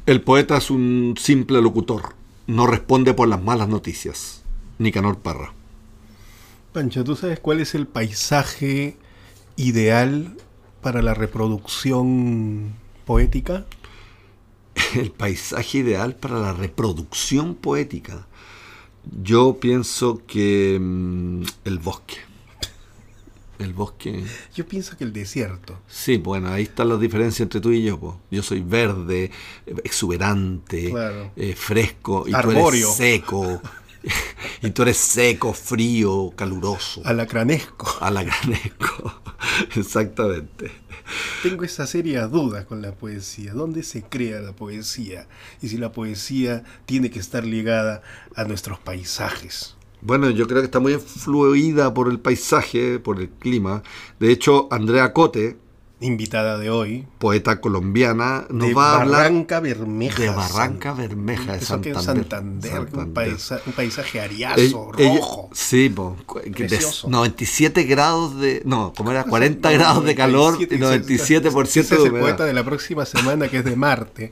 El poeta es un simple locutor, no responde por las malas noticias. Nicanor Parra. Pancho, ¿tú sabes cuál es el paisaje ideal para la reproducción poética? El paisaje ideal para la reproducción poética. Yo pienso que el bosque. El bosque. Yo pienso que el desierto. Sí, bueno, ahí están las diferencias entre tú y yo. Po. Yo soy verde, exuberante, Claro. Fresco, y Arbóreo. tú eres seco. Y tú eres seco, frío, caluroso. Alacranesco. Alacranesco. Exactamente. Tengo esa seria duda con la poesía. ¿Dónde se crea la poesía? Y si la poesía tiene que estar ligada a nuestros paisajes. Bueno, yo creo que está muy influida por el paisaje, por el clima. De hecho, Andrea Cote, Invitada de hoy. poeta colombiana, nos De va a hablar Barranca Bermeja. de Barranca Bermeja, de Eso que es Santander. un paisaje ariazo, rojo. Sí, Precioso. 97 grados de... No, como era 40 grados de calor y 97% Ese es de el humedad. poeta de la próxima semana, que es de Marte.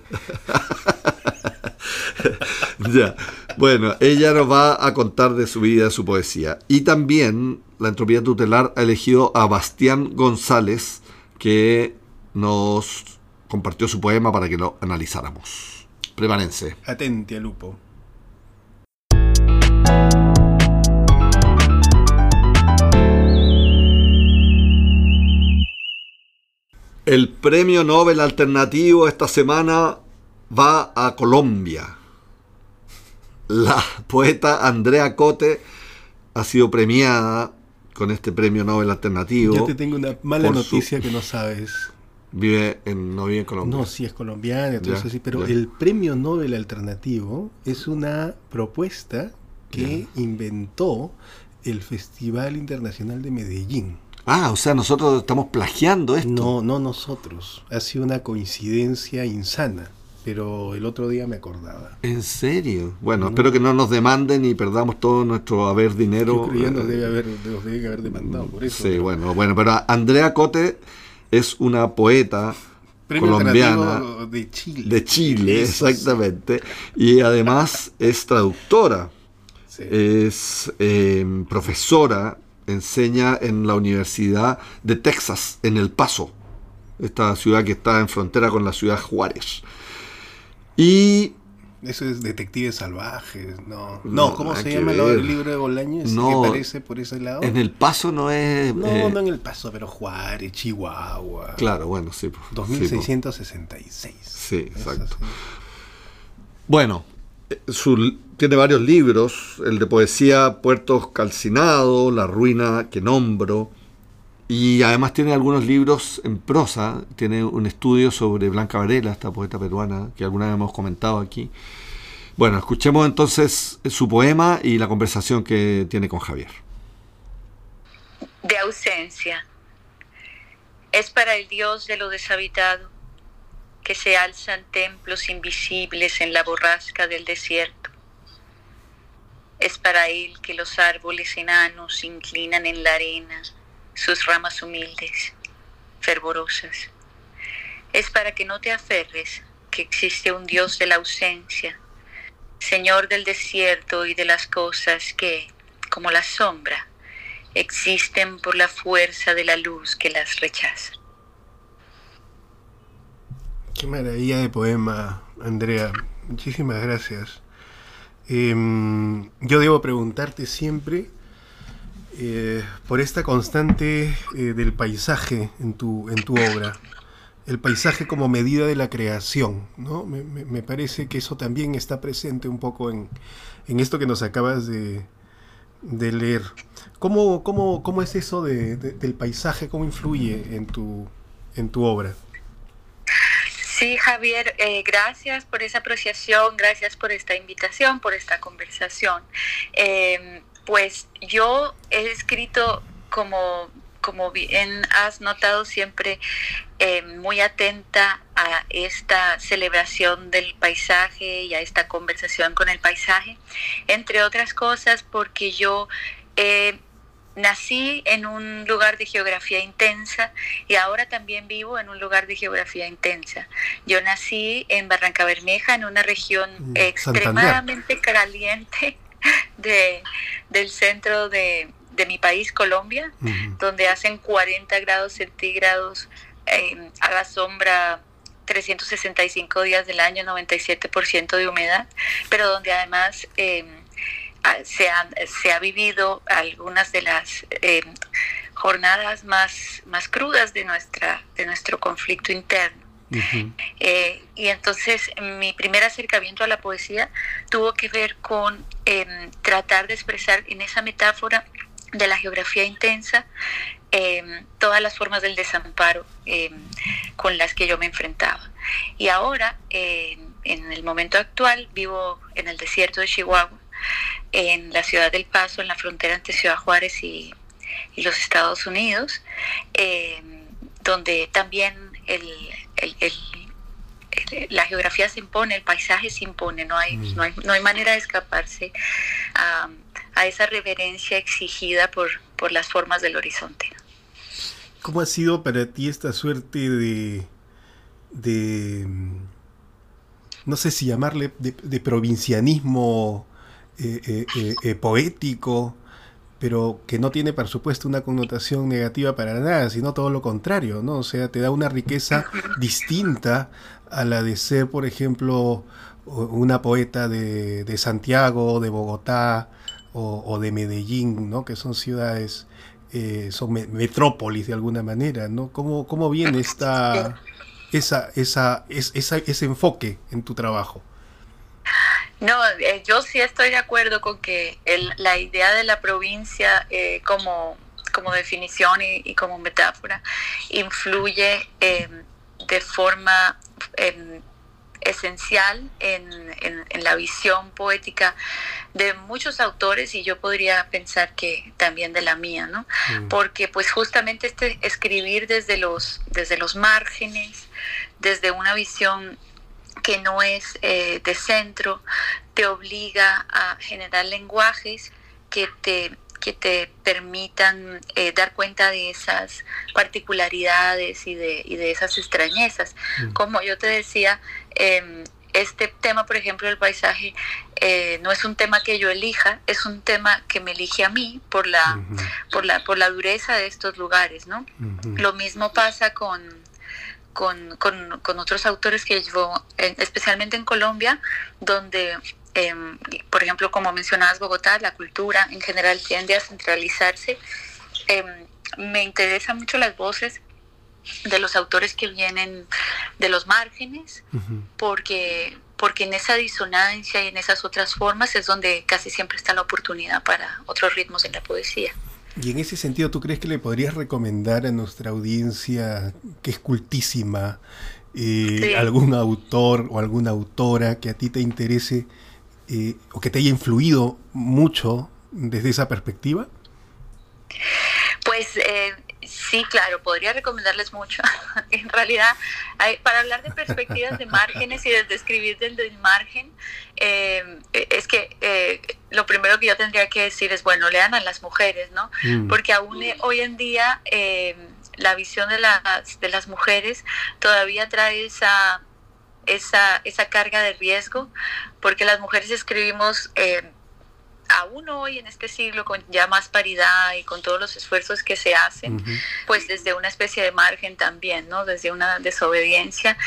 Ya. Bueno, ella nos va a contar de su vida, de su poesía. Y también la Entropía Tutelar ha elegido a Bastián González, que nos compartió su poema para que lo analizáramos. Prepárense. Atente, Lupo. El premio Nobel alternativo esta semana va a Colombia. La poeta Andrea Cote ha sido premiada con este premio Nobel alternativo. Yo te tengo una mala por noticia que no sabes. No vive en Colombia. No, sí es colombiana, todo Ya, eso sí, pero ya. el premio Nobel alternativo es una propuesta que inventó el Festival Internacional de Medellín. Ah, o sea, nosotros estamos plagiando esto. No nosotros. Ha sido una coincidencia insana, pero el otro día me acordaba. ¿En serio? Bueno, No. espero que no nos demanden y perdamos todo nuestro haber dinero. Yo creo que nos debe haber demandado por eso. Sí, pero bueno, pero Andrea Cote es una poeta Premio colombiana alternativo de Chile. de Chile, Eso exactamente, y además es traductora, sí. es profesora, enseña en la Universidad de Texas, en El Paso, esta ciudad que está en frontera con la ciudad Juárez. Y Eso es Detectives Salvajes, no. No, ¿Cómo nada se que llama ver. el libro de Bolaños? No, ¿Que parece por ese lado? en El Paso no es... No en El Paso, pero Juárez, Chihuahua. Claro, bueno, sí. po. 2666. Sí, exacto. Eso sí. Bueno, tiene varios libros, el de poesía Puertos Calcinados, La ruina que nombro, y además tiene algunos libros en prosa, tiene un estudio sobre Blanca Varela, esta poeta peruana que alguna vez hemos comentado aquí. Bueno, escuchemos entonces su poema y la conversación que tiene con Javier. De ausencia. Es para el Dios de lo deshabitado que se alzan templos invisibles en la borrasca del desierto. Es para él que los árboles enanos inclinan en la arena sus ramas humildes, fervorosas. Es para que no te aferres que existe un Dios de la ausencia, Señor del desierto y de las cosas que, como la sombra, existen por la fuerza de la luz que las rechaza. Qué maravilla de poema, Andrea. Muchísimas gracias. Yo debo preguntarte siempre por esta constante del paisaje en tu obra. El paisaje como medida de la creación, ¿no? Me parece que eso también está presente un poco en esto que nos acabas de leer. ¿Cómo es eso del paisaje? ¿Cómo influye en tu obra? Sí, Javier, gracias por esa apreciación, gracias por esta invitación, por esta conversación. Pues yo he escrito, como bien has notado, siempre muy atenta a esta celebración del paisaje y a esta conversación con el paisaje, entre otras cosas porque yo he nací en un lugar de geografía intensa y ahora también vivo en un lugar de geografía intensa. Yo nací en Barranca Bermeja, en una región extremadamente caliente del centro de mi país, Colombia, donde hacen 40 grados centígrados a la sombra 365 días del año, 97% de humedad, pero donde además se ha vivido algunas de las jornadas más crudas de nuestro conflicto interno. Uh-huh. Y entonces mi primer acercamiento a la poesía tuvo que ver con tratar de expresar en esa metáfora de la geografía intensa todas las formas del desamparo con las que yo me enfrentaba. Y ahora, en el momento actual, vivo en el desierto de Chihuahua, en la ciudad del Paso, en la frontera entre Ciudad Juárez y los Estados Unidos, donde también la geografía se impone, el paisaje se impone, no hay manera de escaparse a esa reverencia exigida por las formas del horizonte. ¿Cómo ha sido para ti esta suerte de no sé si llamarle de provincianismo poético, pero que no tiene, por supuesto, una connotación negativa para nada, sino todo lo contrario, ¿no? O sea, te da una riqueza distinta a la de ser, por ejemplo, una poeta de Santiago, de Bogotá o de Medellín, ¿no? Que son ciudades, son metrópolis de alguna manera, ¿no? ¿Cómo viene ese enfoque en tu trabajo? No, yo sí estoy de acuerdo con que la idea de la provincia como definición y como metáfora influye de forma esencial en la visión poética de muchos autores, y yo podría pensar que también de la mía, ¿no? Porque pues justamente escribir desde los márgenes, desde una visión que no es de centro, te obliga a generar lenguajes que te permitan dar cuenta de esas particularidades y de esas extrañezas. Como yo te decía, este tema, por ejemplo, del paisaje, no es un tema que yo elija, es un tema que me elige a mí por la dureza de estos lugares, ¿no? Lo mismo pasa con otros autores que yo, especialmente en Colombia, donde, por ejemplo, como mencionabas, Bogotá, la cultura en general tiende a centralizarse. Me interesan mucho las voces de los autores que vienen de los márgenes, porque en esa disonancia y en esas otras formas es donde casi siempre está la oportunidad para otros ritmos en la poesía. Y en ese sentido, ¿tú crees que le podrías recomendar a nuestra audiencia, que es cultísima, sí, algún autor o alguna autora que a ti te interese o que te haya influido mucho desde esa perspectiva? Pues sí, claro, podría recomendarles mucho. En realidad, para hablar de perspectivas de márgenes y de describir desde el margen, es que lo primero que yo tendría que decir es, bueno, lean a las mujeres, ¿no? Porque aún hoy en día la visión de las mujeres todavía trae esa carga de riesgo, porque las mujeres escribimos aún hoy en este siglo, con ya más paridad y con todos los esfuerzos que se hacen, pues desde una especie de margen también, ¿no? Desde una desobediencia.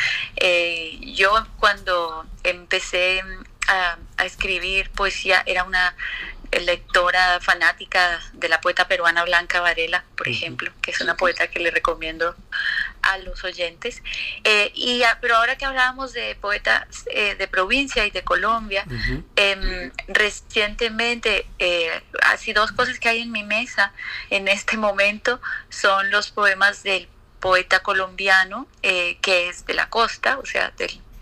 Yo cuando empecé a escribir poesía era una lectora fanática de la poeta peruana Blanca Varela, por ejemplo, que es una poeta que le recomiendo a los oyentes. Pero ahora que hablábamos de poetas de provincia y de Colombia, recientemente, así dos cosas que hay en mi mesa en este momento son los poemas del poeta colombiano, que es de la costa, o sea,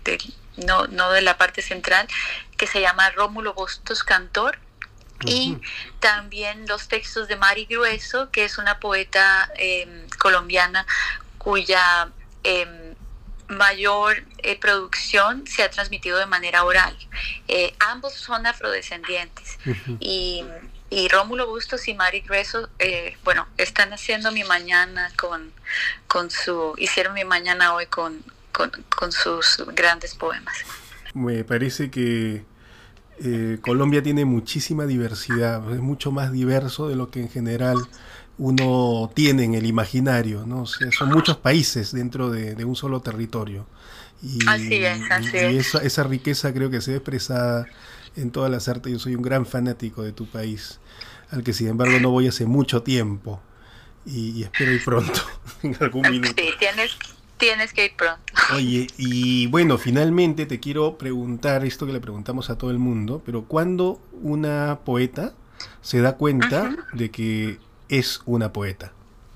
no de la parte central, que se llama Rómulo Bustos Cantor. Y también los textos de Mari Grueso, que es una poeta colombiana cuya mayor producción se ha transmitido de manera oral. Ambos son afrodescendientes y y Rómulo Bustos y Mari Grueso, bueno, están haciendo mi mañana hicieron mi mañana hoy con sus grandes poemas. Me parece que Colombia tiene muchísima diversidad, es mucho más diverso de lo que en general uno tiene en el imaginario, ¿no? O sea, son muchos países dentro de un solo territorio. Así es. Esa riqueza creo que se ve expresada en todas las artes. Yo soy un gran fanático de tu país, al que sin embargo no voy hace mucho tiempo y espero ir pronto, en algún minuto. Sí, tienes que ir pronto. Oye, y bueno, finalmente te quiero preguntar esto que le preguntamos a todo el mundo, pero ¿cuándo una poeta se da cuenta de que es una poeta?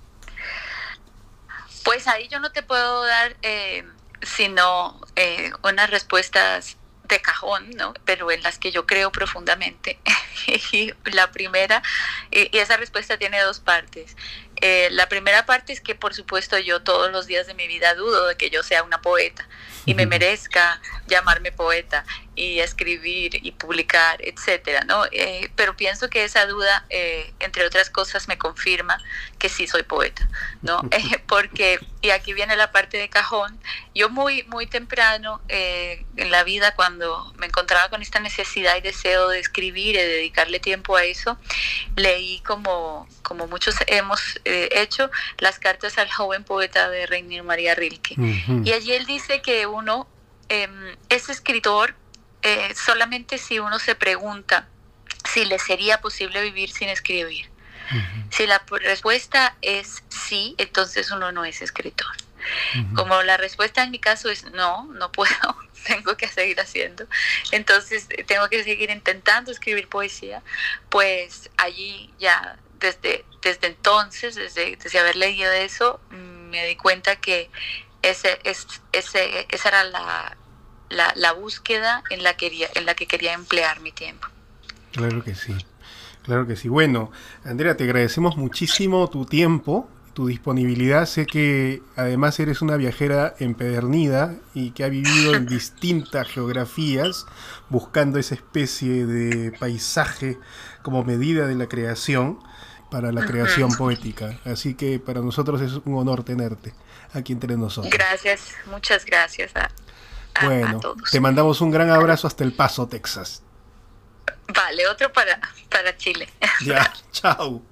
Pues ahí yo no te puedo dar sino unas respuestas de cajón, ¿no? Pero en las que yo creo profundamente. Y la primera, y esa respuesta tiene dos partes. La primera parte es que, por supuesto, yo todos los días de mi vida dudo de que yo sea una poeta y me merezca llamarme poeta y escribir y publicar, etcétera, ¿no? Pero pienso que esa duda, entre otras cosas, me confirma que sí soy poeta, ¿no? Porque, y aquí viene la parte de cajón, yo muy temprano en la vida, cuando me encontraba con esta necesidad y deseo de escribir y de dedicarle tiempo a eso, leí como muchos hemos hecho, las cartas al joven poeta de Rainer María Rilke. Y allí él dice que uno es escritor solamente si uno se pregunta si le sería posible vivir sin escribir. Si la respuesta es sí, entonces uno no es escritor. Como la respuesta en mi caso es no puedo, tengo que seguir haciendo, entonces tengo que seguir intentando escribir poesía, pues allí ya desde entonces, desde haber leído eso, me di cuenta que esa era la búsqueda en la que quería emplear mi tiempo. Claro que sí, claro que sí. Bueno, Andrea, te agradecemos muchísimo tu tiempo, tu disponibilidad. Sé que además eres una viajera empedernida y que ha vivido en distintas geografías buscando esa especie de paisaje como medida de la creación, para la creación poética. Así que para nosotros es un honor tenerte aquí entre nosotros. Gracias, muchas gracias a todos. Te mandamos un gran abrazo hasta El Paso, Texas. Vale, otro para Chile. Ya, chao.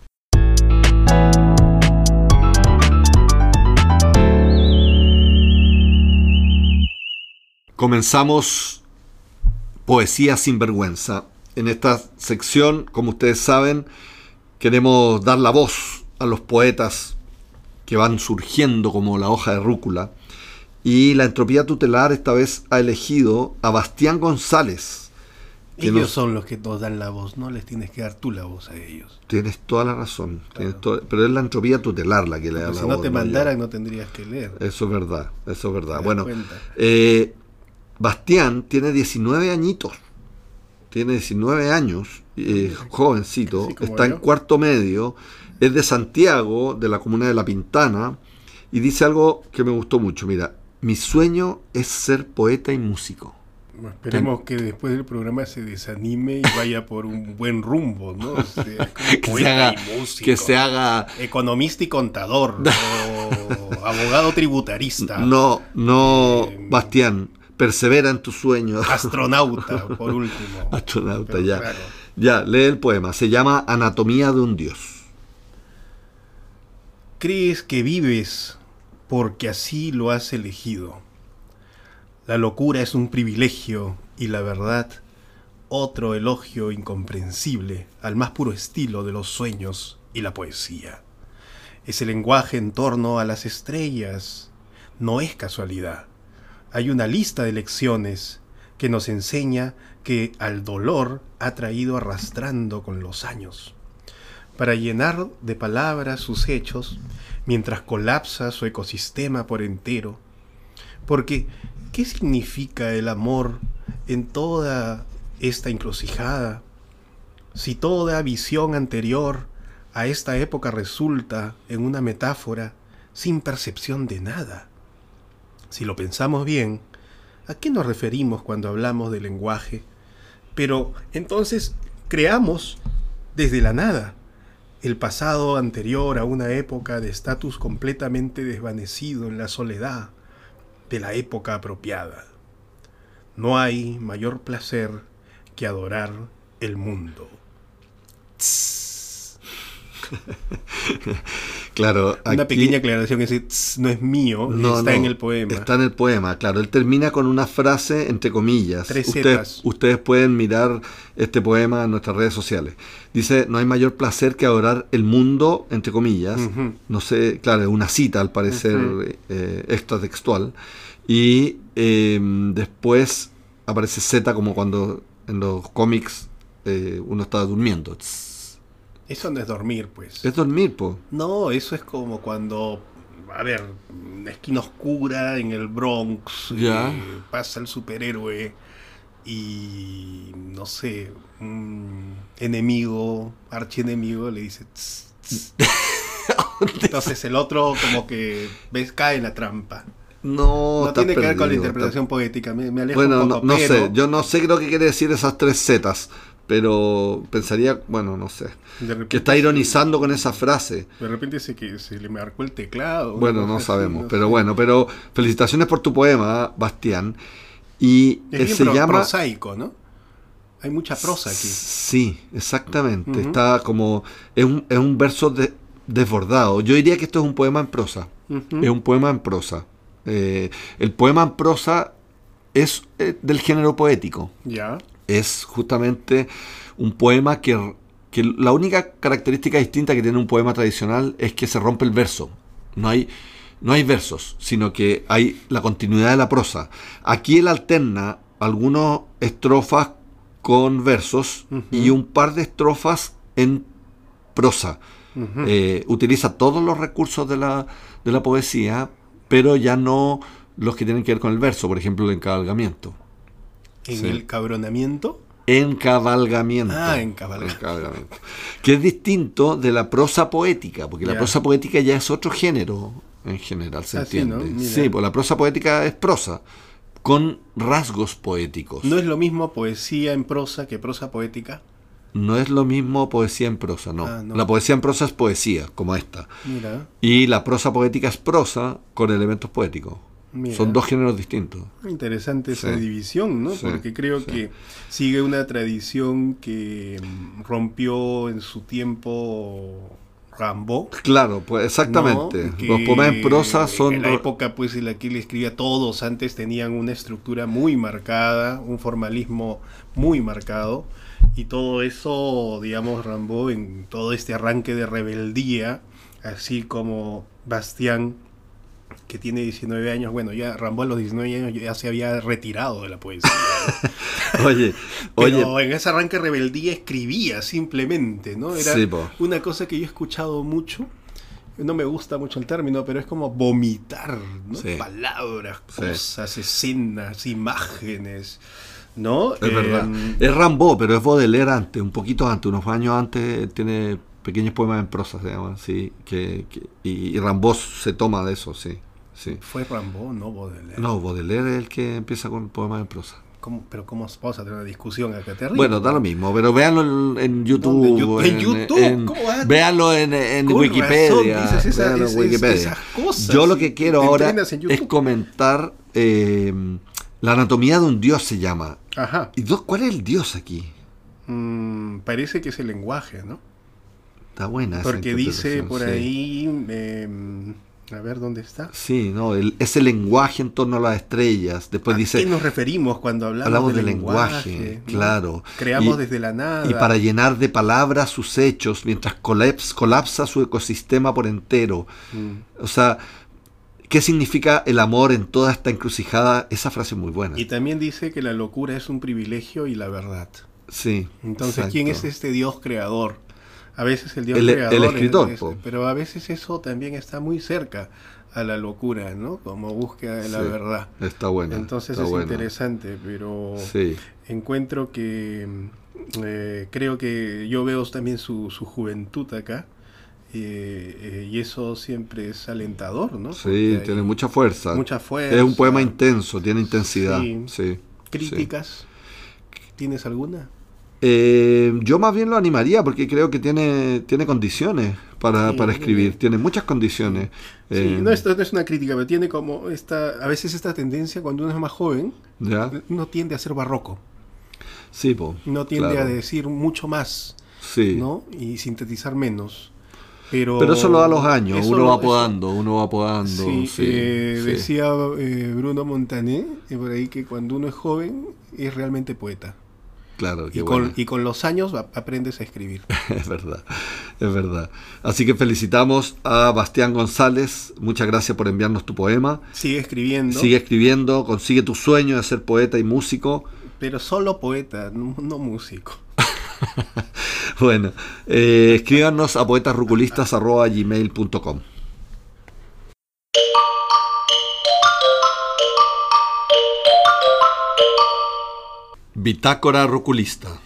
Comenzamos Poesía sin vergüenza. En esta sección, como ustedes saben, queremos dar la voz a los poetas que van surgiendo como la hoja de rúcula. Y la entropía tutelar esta vez ha elegido a Bastián González. Ellos son los que nos dan la voz, no les tienes que dar tú la voz a ellos. Tienes toda la razón, claro. Pero es la entropía tutelar la que le da la voz. Si no te mandaran no tendrías que leer. Eso es verdad. Bueno, Bastián tiene 19 añitos. Tiene 19 años, jovencito, está en cuarto medio, es de Santiago, de la comuna de La Pintana, y dice algo que me gustó mucho. Mira, mi sueño es ser poeta y músico. Bueno, esperemos que después del programa se desanime y vaya por un buen rumbo, ¿no? O sea, que se haga economista y contador, o abogado tributarista. No, Bastián. Persevera en tus sueños. Astronauta, por último. Astronauta, pero ya. Claro. Ya, lee el poema. Se llama Anatomía de un Dios. Crees que vives porque así lo has elegido. La locura es un privilegio y la verdad otro elogio incomprensible al más puro estilo de los sueños y la poesía. Ese lenguaje en torno a las estrellas no es casualidad. Hay una lista de lecciones que nos enseña que al dolor ha traído arrastrando con los años, para llenar de palabras sus hechos, mientras colapsa su ecosistema por entero. Porque, ¿qué significa el amor en toda esta encrucijada? Si toda visión anterior a esta época resulta en una metáfora sin percepción de nada. Si lo pensamos bien, ¿a qué nos referimos cuando hablamos de lenguaje? Pero entonces creamos desde la nada, el pasado anterior a una época de estatus completamente desvanecido en la soledad de la época apropiada. No hay mayor placer que adorar el mundo. Claro, Una aquí, pequeña aclaración, ese no es mío, está en el poema. Está en el poema, claro. Él termina con una frase entre comillas. 3 zetas. Ustedes pueden mirar este poema en nuestras redes sociales. Dice, no hay mayor placer que adorar el mundo, entre comillas. Ujú. No sé, claro, es una cita al parecer extratextual. Y después aparece Z como cuando en los cómics uno está durmiendo. Eso no es dormir, pues. Es dormir, po. No, eso es como cuando, a ver, una esquina oscura en el Bronx, Ya. pasa el superhéroe y, no sé, un enemigo, archienemigo, le dice "Tss, tss". Entonces el otro como que, ves, cae en la trampa. No, No está tiene que ver con la perdido, interpretación poética, me alejo Bueno, un poco, no pero sé, yo no sé lo que quiere decir esas 3 zetas, pero pensaría, bueno, no sé, de repente que está ironizando con esa frase. De repente se le marcó el teclado. Bueno, una no cosa así, sabemos, no pero sé. bueno, pero felicitaciones por tu poema, Bastián. Y Es bien se llama... prosaico, ¿no? Hay mucha prosa aquí. Sí, exactamente. Ujú. Está como... Es un verso desbordado. Yo diría que esto es un poema en prosa. Ujú. Es un poema en prosa. El poema en prosa es del género poético. Ya. Es justamente un poema que la única característica distinta que tiene un poema tradicional es que se rompe el verso. No hay versos, sino que hay la continuidad de la prosa. Aquí él alterna algunas estrofas con versos Ujú. y un par de estrofas en prosa. Ujú. Utiliza todos los recursos de la poesía, pero ya no los que tienen que ver con el verso, por ejemplo el encabalgamiento. En Sí. el cabronamiento. Encabalgamiento. Encabalgamiento. Que es distinto de la prosa poética, porque la Ya. prosa poética ya es otro género en general, se Ah, sí, entiende. ¿no? Mira. Sí, pues la prosa poética es prosa, con rasgos poéticos. No es lo mismo poesía en prosa que prosa poética. No es lo mismo poesía en prosa, no. Ah, no. La poesía en prosa es poesía, como esta. Mira, Y la prosa poética es prosa con elementos poéticos. mira. Son dos géneros distintos. Interesante esa Sí. división, ¿no? Sí, Porque creo sí. que sigue una tradición que rompió en su tiempo Rimbaud. Claro, pues exactamente. ¿no? Que Los poemas en prosa son... en la época pues en la que él escribía, todos antes tenían una estructura muy marcada, un formalismo muy marcado, y todo eso, digamos, Rimbaud en todo este arranque de rebeldía, así como Bastián, que tiene 19 años, bueno, ya Rimbaud a los 19 años ya se había retirado de la poesía, ¿no? Oye, Pero en ese arranque de rebeldía escribía simplemente, ¿no? Era Sí, po. una cosa que yo he escuchado mucho. No me gusta mucho el término, pero es como vomitar, ¿no? Sí. Palabras, Sí. cosas, escenas, imágenes, ¿no? Es verdad. Es Rimbaud, pero es Baudelaire antes, un poquito antes, unos años antes, tiene pequeños poemas en prosa, se llaman, sí, y Rimbaud se toma de eso, sí. Sí. Fue Rimbaud, no Baudelaire. No, Baudelaire es el que empieza con poemas en prosa. Pero ¿cómo vamos a tener una discusión acá? Terrible. Bueno, da lo mismo, pero véanlo en YouTube. ¿Dónde? ¿En YouTube? ¿Cómo vas a- Véanlo en Con Wikipedia. razón dices Véanlo en Wikipedia. esas cosas. Yo lo que quiero Te ahora entrenas en es YouTube. comentar la anatomía de un dios, se llama. Ajá. ¿Y cuál es el dios aquí? Parece que es el lenguaje, ¿no? Está buena esa Porque dice interpretación, por sí. ahí, a ver dónde está. Sí, no, ese lenguaje en torno a las estrellas. Después ¿A dice, qué nos referimos cuando hablamos hablamos del del lenguaje, ¿no? claro. Creamos Y- desde la nada. y para llenar de palabras sus hechos, mientras colapsa su ecosistema por entero. Mm. O sea, ¿qué significa el amor en toda esta encrucijada? Esa frase es muy buena. Y también dice que la locura es un privilegio y la verdad. Sí. Entonces, exacto. ¿quién es este Dios creador? A veces el Dios El creador escritor, po. pero a veces eso también está muy cerca a la locura, ¿no? Como búsqueda de la Sí, verdad. Está buena. Entonces está es buena. interesante, pero Sí. encuentro que creo que yo veo también su juventud acá, y eso siempre es alentador, ¿no? Sí, Porque hay tiene mucha fuerza. mucha fuerza. Es un poema intenso, tiene intensidad. Sí. Sí. ¿Críticas? ¿Tienes alguna? Yo más bien lo animaría porque creo que tiene condiciones para escribir, tiene muchas condiciones. Sí, esto no es una crítica, pero tiene como a veces esta tendencia cuando uno es más joven, ¿Ya? uno tiende a ser barroco. Sí, po, No tiende claro. a decir mucho más, Sí. ¿no? Y sintetizar menos. Pero Pero eso lo da los años, eso uno va eso- podando. Sí, Sí, sí. decía Bruno Montané por ahí que cuando uno es joven es realmente poeta. Claro, qué Y bueno. con los años aprendes a escribir. Es verdad, es verdad. Así que felicitamos a Bastián González. Muchas gracias por enviarnos tu poema. Sigue escribiendo, Sigue escribiendo, consigue tu sueño de ser poeta y músico. pero solo poeta, no músico. Bueno, escríbanos a poetasruculistas@gmail.com. Bitácora Ruculista.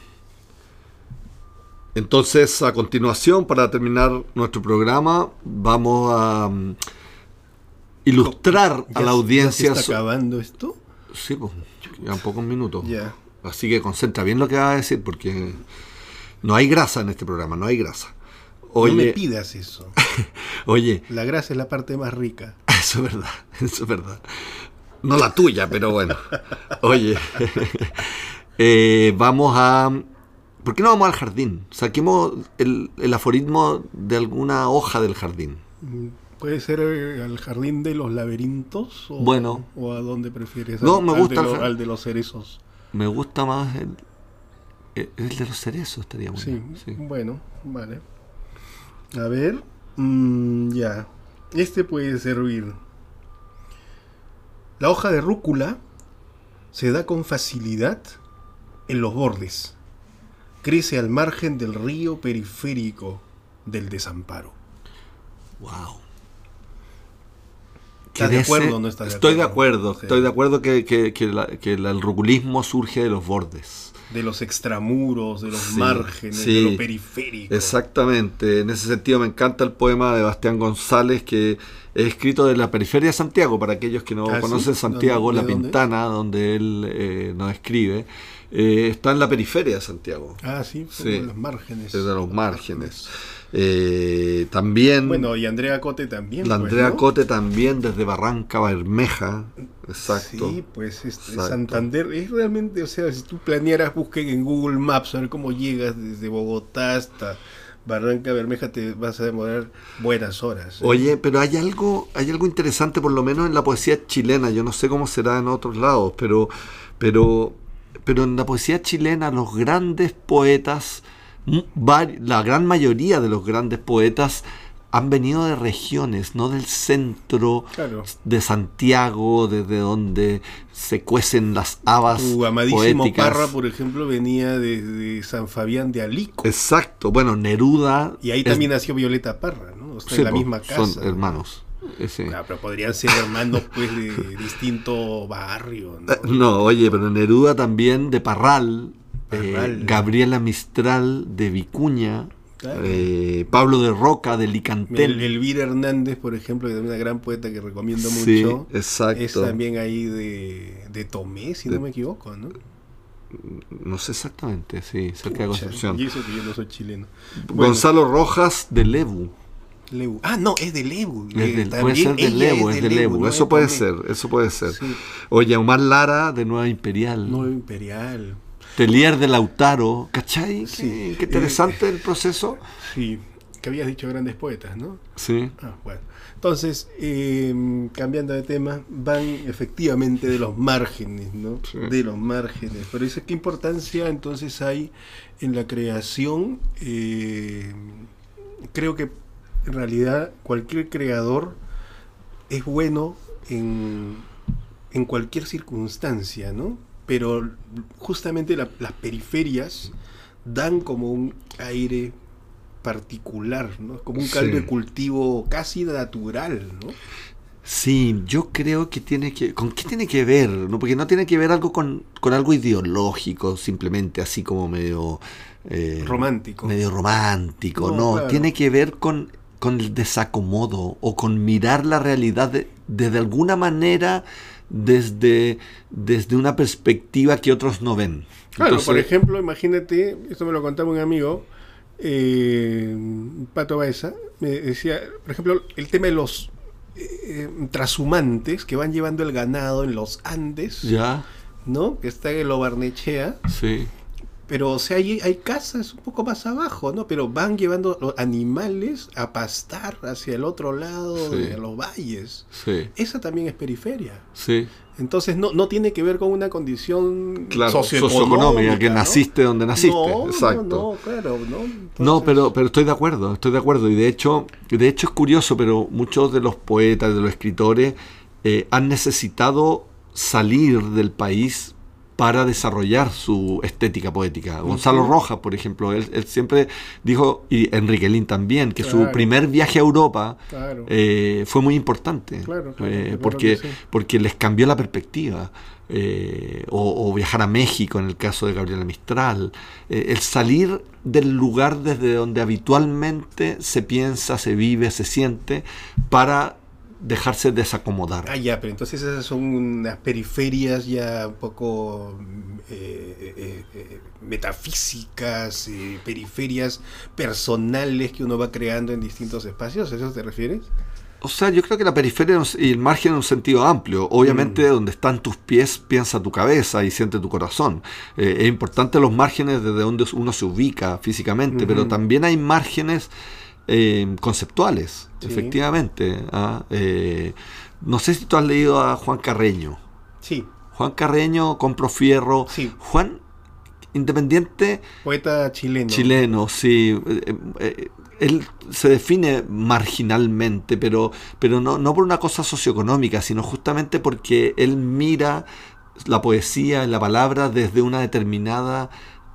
Entonces, a continuación, para terminar nuestro programa, vamos a ilustrar a la audiencia. ¿Ya se está acabando esto? Sí, pues, ya en pocos minutos. Ya. Así que concentra bien lo que vas a decir, porque no hay grasa en este programa, no hay grasa. No me Oye, pidas eso. oye, La grasa es la parte más rica. eso es verdad, eso es verdad. No la tuya, pero bueno. Oye, vamos a... ¿Por qué no vamos al jardín? Saquemos el aforismo de alguna hoja del jardín. ¿Puede ser al jardín de los laberintos? Bueno. ¿O a dónde prefieres? No, me gusta al de los cerezos. Me gusta más el de los cerezos, estaría bueno. Sí, Sí. bueno, vale. A ver, ya. Este puede servir. La hoja de rúcula se da con facilidad en los bordes. Crece al margen del río periférico del desamparo. Wow. ¿Estás de acuerdo o no estás de Estoy acuerdo? Sí. estoy de acuerdo que el ruculismo surge de los bordes. De los extramuros, de los Sí, márgenes, sí. de lo periférico. Exactamente, en ese sentido me encanta el poema de Bastián González que es escrito de la periferia de Santiago, para aquellos que no ¿Ah, sí? conocen Santiago, ¿De La dónde? Pintana, donde él nos escribe, está en la periferia de Santiago, Ah, sí, Sí. de los márgenes. es de los márgenes. También Bueno, y Andrea Cote también. la pues, Andrea ¿no? Cote también desde Barranca Bermeja, exacto. Sí, pues Exacto. Santander es realmente, o sea, si tú planearas, busquen en Google Maps a ver cómo llegas desde Bogotá hasta Barranca Bermeja, te vas a demorar buenas horas. ¿eh? Oye, pero hay algo interesante, por lo menos en la poesía chilena. Yo no sé cómo será en otros lados, pero en la poesía chilena los grandes poetas, la gran mayoría de los grandes poetas han venido de regiones, no del centro Claro. de Santiago, desde donde se cuecen las habas Tu amadísimo poéticas. Parra, por ejemplo, venía desde San Fabián de Alico. Exacto, bueno, Neruda. Y ahí es- también nació Violeta Parra, ¿no? O sea, sí, en la po, misma casa. son hermanos. Sí. Claro, pero podrían ser hermanos, pues, de distinto barrio, ¿no? No, oye, pero Neruda también de Parral, Parral. Gabriela Mistral de Vicuña, Claro. Pablo de Roca de Licantel. Elvira Hernández, por ejemplo, que es una gran poeta que recomiendo Sí, mucho. exacto. Es también ahí de Tomé, si De- no me equivoco, ¿no? No sé exactamente, sí, cerca de Pucha, Concepción. y eso que yo no soy chileno. Bueno, Gonzalo Rojas de Lebu. Lebu. Ah, no, es de Lebu. Puede También ser de ella Lebu, es de Lebu. no Eso de puede Tomé. ser, eso puede ser. Sí. Oye, Omar Lara de Nueva Imperial. Nuevo Imperial. Telier de Lautaro. ¿Cachai? Sí. Qué interesante el proceso. Sí, que habías dicho grandes poetas, ¿no? Sí. Ah, bueno. Entonces, cambiando de tema, van efectivamente de los márgenes, ¿no? Sí. De los márgenes. Pero dice, ¿qué importancia entonces hay en la creación? Creo que en realidad cualquier creador es bueno en cualquier circunstancia, ¿no? Pero justamente las periferias dan como un aire particular, ¿no? Como un caldo Sí. de cultivo casi natural, ¿no? Sí, yo creo que ¿con qué tiene que ver? ¿No? Porque no tiene que ver algo con algo ideológico, simplemente así como medio Romántico. medio romántico, No, no, claro. tiene que ver con el desacomodo o con mirar la realidad desde alguna manera desde una perspectiva que otros no ven. Claro, Entonces, por ejemplo, imagínate, esto me lo contaba un amigo, Pato Baeza, me decía, por ejemplo, el tema de los trashumantes que van llevando el ganado en los Andes, ya, ¿no? Que está en Lo Barnechea, sí, pero o sea, hay casas un poco más abajo, ¿no? Pero van llevando los animales a pastar hacia el otro lado Sí. de los valles. sí, Esa también es periferia. sí. Entonces no tiene que ver con una condición Claro, socioeconómica, socioeconómica, que ¿no? naciste donde naciste. No, Exacto. no, claro, ¿no? No, Entonces, pero estoy de acuerdo, y de hecho es curioso, pero muchos de los poetas, de los escritores, han necesitado salir del país para desarrollar su estética poética. Gonzalo Rojas, por ejemplo, él siempre dijo, y Enrique Lin también, que su Claro. primer viaje a Europa Claro. fue muy importante, Claro, claro porque, que sí. porque les cambió la perspectiva. O viajar a México en el caso de Gabriela Mistral, el salir del lugar desde donde habitualmente se piensa, se vive, se siente, para dejarse desacomodar. Ah, ya, pero entonces esas son unas periferias ya un poco metafísicas, periferias personales que uno va creando en distintos espacios. ¿A eso te refieres? O sea, yo creo que la periferia y el margen en un sentido amplio. Obviamente, donde están tus pies, piensa tu cabeza y siente tu corazón. Es importante los márgenes desde donde uno se ubica físicamente, pero también hay márgenes conceptuales, Sí. efectivamente. No sé si tú has leído a Juan Carreño. Sí, Juan Carreño, Compro Fierro. Sí. Juan, independiente poeta chileno. chileno, sí. Él se define marginalmente, pero no por una cosa socioeconómica, sino justamente porque él mira la poesía, la palabra, desde una determinada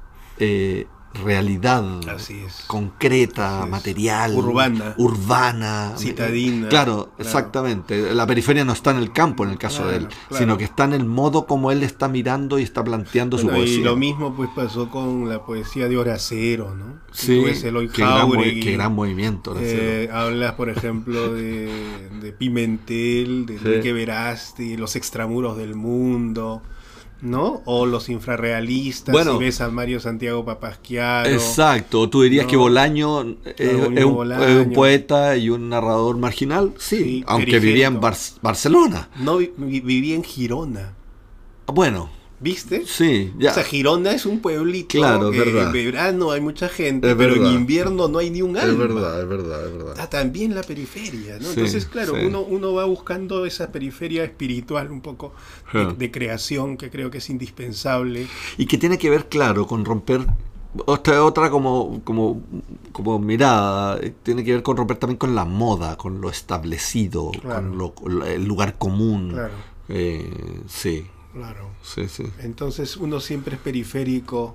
realidad Así es. concreta, Así es. material, Urbana. Citadina. Claro, Claro. exactamente. La periferia no está en el campo en el caso de él, Claro. sino que está en el modo como él está mirando y está planteando su Bueno, poesía. y lo mismo pues pasó con la poesía de Horacero, ¿no? Sí, Tú ves Eloy qué Jáuregui, qué gran movimiento. Horacero. hablas, por ejemplo, de Pimentel, de Sí. Enrique Verasti, los extramuros del mundo, ¿no? O los infrarrealistas, Bueno. si ves a Mario Santiago Papasquiaro. Exacto, tú dirías No. que Bolaño Claro, es un Bolaño. poeta y un narrador marginal, sí, Sí, aunque vivía en periférico. Barcelona. No, vivía en Girona, Bueno, ¿viste? sí, ya. O sea, Girona es un pueblito Claro, que verdad. en verano hay mucha gente, Es pero verdad. en invierno no hay ni un alma. Es verdad. Está también la periferia, ¿no? Sí, Entonces, claro, sí. uno va buscando esa periferia espiritual un poco Ja. de creación que creo que es indispensable. Y que tiene que ver, claro, con romper otra como mirada, tiene que ver con romper también con la moda, con lo establecido, Claro. con el lugar común. Claro, Sí, claro. sí. Entonces uno siempre es periférico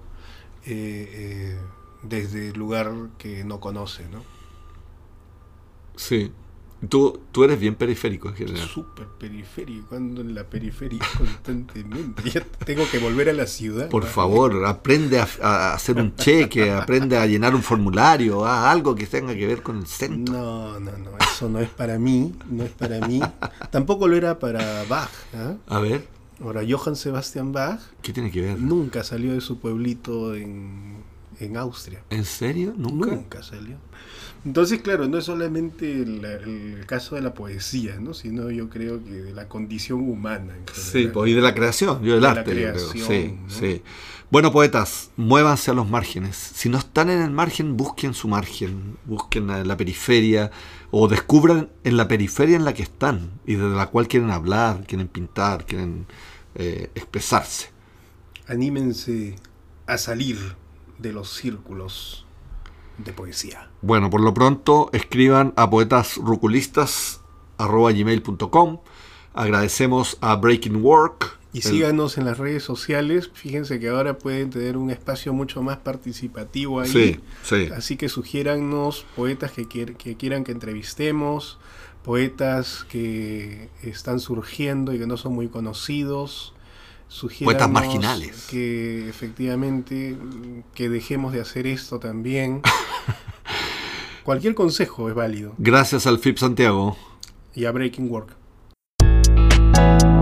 desde el lugar que no conoce, ¿no? Sí. Tú eres bien periférico en general. Súper periférico, ando en la periferia constantemente. Ya tengo que volver a la ciudad. Por ¿no? favor, aprende a hacer un cheque, aprende a llenar un formulario, algo que tenga que ver con el centro. No, eso no es para mí, no es para mí. Tampoco lo era para Bach. ¿Ah? A ver, Ahora, Johann Sebastian Bach ¿qué tiene que ver? nunca salió de su pueblito en Austria. ¿En serio? ¿Nunca? Nunca salió. Entonces, claro, no es solamente el caso de la poesía, ¿no? Sino yo creo que de la condición humana. En Sí, general. pues, y de la creación, yo del De arte, la yo creo. creación, Sí, ¿no? sí. Bueno, poetas, muévanse a los márgenes. Si no están en el margen, busquen su margen, busquen en la periferia, o descubran en la periferia en la que están, y desde la cual quieren hablar, quieren pintar, quieren expresarse. Anímense a salir de los círculos de poesía. Bueno, por lo pronto escriban a poetasruculistas@gmail.com. Agradecemos a Breaking Work. Y síganos en las redes sociales. Fíjense que ahora pueden tener un espacio mucho más participativo ahí. Sí, sí. Así que sugiérannos poetas que quieran que entrevistemos, poetas que están surgiendo y que no son muy conocidos. Sugiérannos Poetas marginales. que efectivamente que dejemos de hacer esto también. Cualquier consejo es válido. Gracias al FIP Santiago. Y a Breaking Work.